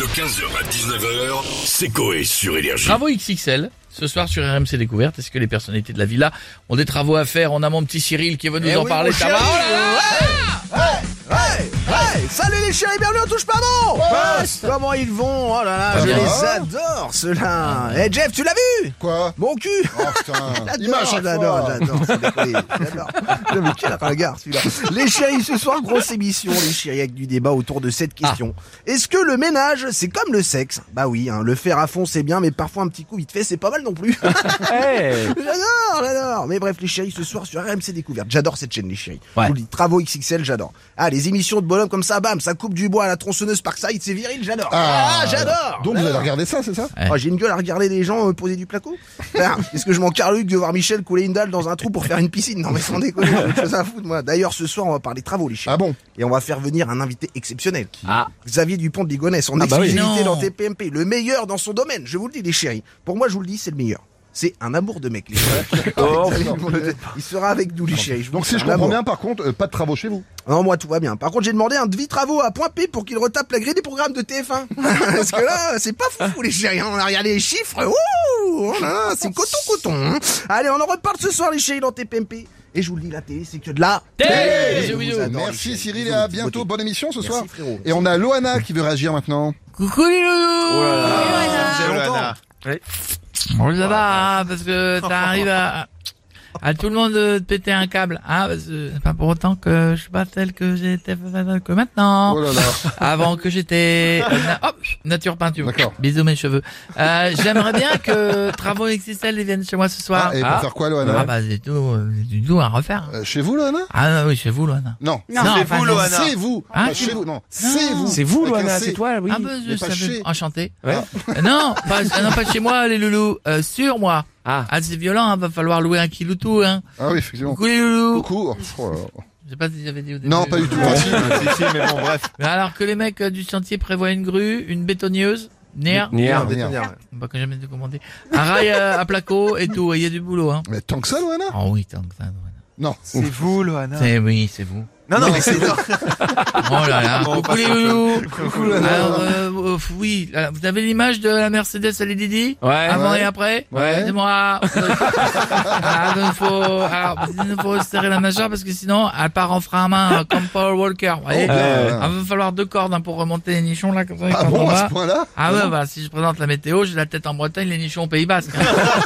De 15h à 19h, c'est Coé sur Énergie. Travaux XXL, ce soir sur RMC Découverte. Est-ce que les personnalités de la villa ont des travaux à faire? On a mon petit Cyril qui va nous en parler. Ça va? Salut les chéris, bienvenue, on touche pas bon. Comment ils vont? Oh là là, je les adore ceux-là. Eh Jeff, tu l'as vu? Quoi? Mon cul. Oh putain, il J'adore, m'a à chaque j'adore, fois. sans déconner, j'adore. Non, mais quel regard celui-là. Les chéris, ce soir, grosse émission, les chéris, avec du débat autour de cette question. Est-ce que le ménage, c'est comme le sexe? Bah oui, hein, le faire à fond c'est bien, mais parfois un petit coup vite fait, c'est pas mal non plus. J'adore. Mais bref, les chéris, ce soir sur RMC Découverte. J'adore cette chaîne, les chéris. Ouais. Je vous le dis, travaux XXL, j'adore. Ah, les émissions de bonhomme comme ça, bam, ça coupe du bois à la tronçonneuse Parkside, c'est viril, j'adore. J'adore. Donc vous allez regarder ça, c'est ça? Ouais. Oh, j'ai une gueule à regarder les gens poser du placo. Est-ce que je m'en carluque de voir Michel couler une dalle dans un trou pour faire une piscine? Non mais sans déconner, j'ai autre chose à foutre moi. D'ailleurs ce soir on va parler travaux les chiens. Ah bon? Et on va faire venir un invité exceptionnel. Ah. Xavier Dupont de Ligonnès, en bah oui. exclusivité Non. dans TPMP, le meilleur dans son domaine. Je vous le dis les chéris. Pour moi je vous le dis, c'est le meilleur. C'est un amour de mec les chéris. Xavier Dupont de- Il sera avec nous les chéris. vous Donc dis, si c'est je un comprends amour. bien, par contre, pas de travaux chez vous. Non, moi tout va bien. Par contre, j'ai demandé un devis travaux à Point P pour qu'il retape la grille des programmes de TF1. Parce que là, c'est pas foufou les chéris. On a regardé les chiffres. Ouh, oh là là, c'est coton. Hein. Allez, on en reparle ce soir les chéris dans TPMP. Et je vous le dis, la télé, c'est que de la Télé. Je Bisous, vous adore, les Merci chéris. Cyril et Bisous, à les petits bientôt. beautés. Bonne émission ce Merci, soir. frérot. Et on a Loana qui veut réagir maintenant. Coucou les loulous. Bon, ça va, hein, parce que t'arrives à tout le monde de te péter un câble, hein, parce que c'est pas pour autant que je suis pas tel que j'étais que maintenant. Oh là là. Avant que j'étais nature peinture. D'accord. Bisous mes cheveux. J'aimerais bien que Travaux XXL ils viennent chez moi ce soir. Ah, et pour faire quoi Loana? Ah bah c'est tout à refaire. Chez vous Loana? Ah oui, chez vous Loana. Non. Non, C'est enfin, vous non. Loana. C'est vous. Ah, Pas chez vous. Non. C'est vous. C'est vous, Avec un Loana, C. c'est toi, oui. Ah bah je mais pas savais. chez. Enchanté. Ouais. Non, pas chez moi les loulous, sur moi. Ah. Ah c'est violent, hein, va falloir louer un kilo tout, hein. Ah oui, effectivement. Coucou les loulous. Coucou. Oh là là. Je sais pas si j'avais dit au début. Non, pas du tout. Ah, si. mais bon, bref. Mais alors que les mecs du chantier prévoient une grue, une bétonnieuse, nerf, Nier. pas que jamais de commander, un rail à placo et tout, il y a du boulot, hein. Mais tant que ça Loana? Oh oui, tant que ça, voilà. Non. C'est vous, Loana. Oui, c'est vous. Non, mais c'est Oh là là, coucou les loulous. Alors, oui, vous avez l'image de la Mercedes à Didi? Ouais. Avant et après? Ouais. C'est moi. Il nous faut serrer la mâchoire parce que sinon, elle part en frein à main comme Paul Walker, vous voyez? Oh, bien. Il va falloir 2 cordes, hein, pour remonter les nichons, là, comme ça, Ah quand on bon, à va. ce point-là? Ah ouais, bah, si je présente la météo, j'ai la tête en Bretagne, les nichons au Pays Basque. Hein.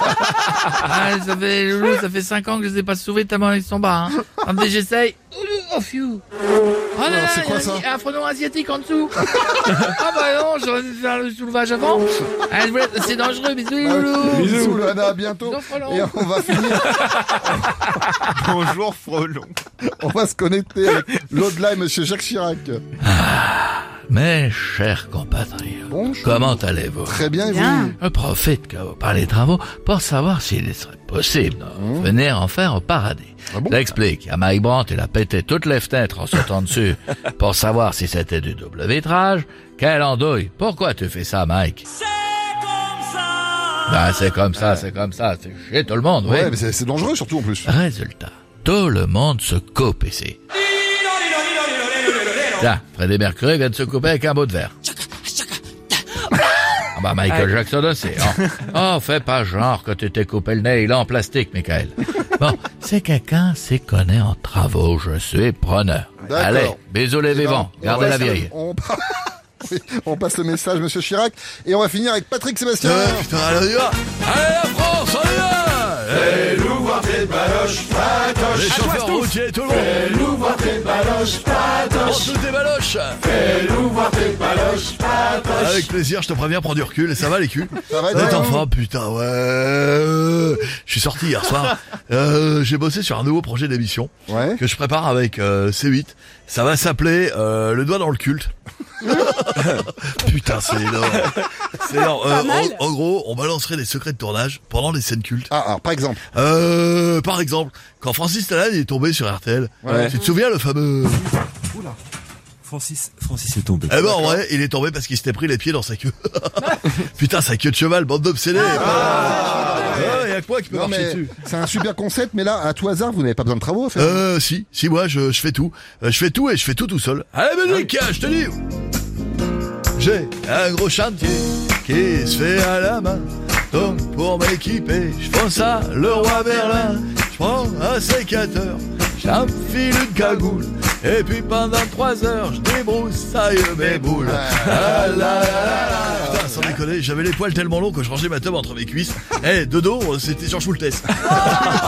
Ça fait 5 ans que je les ai pas sauvés tellement ils sont bas, hein. Attendez, j'essaye. Oh, phew. Oh là là, c'est quoi il y a ça? un frelon asiatique en dessous. Ah bah non, j'aurais dû faire le soulevage avant. Ah, c'est dangereux, bisous les loulous. Bisous Loana, à bientôt. Bisous, frelon. Et on va finir. Bonjour, Frelon. On va se connecter avec l'au-delà et Monsieur Jacques Chirac. Mes chers compatriotes, Bonjour. comment allez-vous? Très bien, et vous? Je profite que vous parlez de travaux pour savoir s'il serait possible de venir en faire au paradis. Ah bon? J'explique, à Mike Brandt, il a pété toutes les fenêtres en sautant dessus pour savoir si c'était du double vitrage. Quelle andouille! Pourquoi tu fais ça, Mike? C'est comme ça! C'est chez tout le monde, oui. Ouais, mais c'est dangereux surtout en plus. Résultat, tout le monde se coupe ici. Tiens, Freddie Mercury vient de se couper avec un bout de verre. Ah bah Michael Jackson aussi. Oh, fais pas genre que tu t'es coupé le nez, il est en plastique, Michael. Bon, si quelqu'un s'y connaît en travaux, je suis preneur. D'accord. Allez, bisous les vivants, gardez la vieille. Oui, on passe le message, Monsieur Chirac, et on va finir avec Patrick Sébastien. Putain, allez, on y va. Allez la France, on y va. Fais-nous voir tes baloches, patoches. Les chauffeurs routiers, tout le monde. Fais-nous voir tes baloches, patoches. Toutes des baloches. Fais-nous voir tes baloches, patoches. Avec plaisir, je te préviens, prends du recul, et ça va les culs? Ça va, Vous êtes toi? en forme, putain, ouais. Je suis sorti hier soir. J'ai bossé sur un nouveau projet d'émission Ouais. que je prépare avec C8. Ça va s'appeler Le doigt dans le culte. Putain, c'est énorme. C'est énorme. En gros, on balancerait des secrets de tournage pendant les scènes cultes. Ah, alors, par exemple. Par exemple, quand Francis Lalanne est tombé sur RTL, Ouais. tu te souviens le fameux... Francis est tombé. Eh ben en vrai, il est tombé parce qu'il s'était pris les pieds dans sa queue. Putain, sa queue de cheval, bande d'obsédés. Il y a que moi qui peux Non, marcher mais dessus. c'est un super concept, mais là, à tout hasard, vous n'avez pas besoin de travaux à faire. Si, moi, je fais tout. Je fais tout et je fais tout seul. Allez, Bénique, je te dis. J'ai un gros chantier qui se fait à la main. Donc pour m'équiper, je fonce à Leroy Merlin. Je prends un sécateur, j'enfile une cagoule. Et puis pendant 3 heures, je débroussaille mes boules. Ah là là là là. Putain, sans déconner, j'avais les poils tellement longs que je rangeais ma teub entre mes cuisses. De dos, c'était Georges Moultès.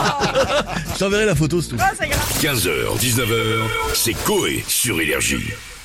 Je t'enverrai la photo, c'est tout. 15h, 19h, c'est Coé sur Énergie.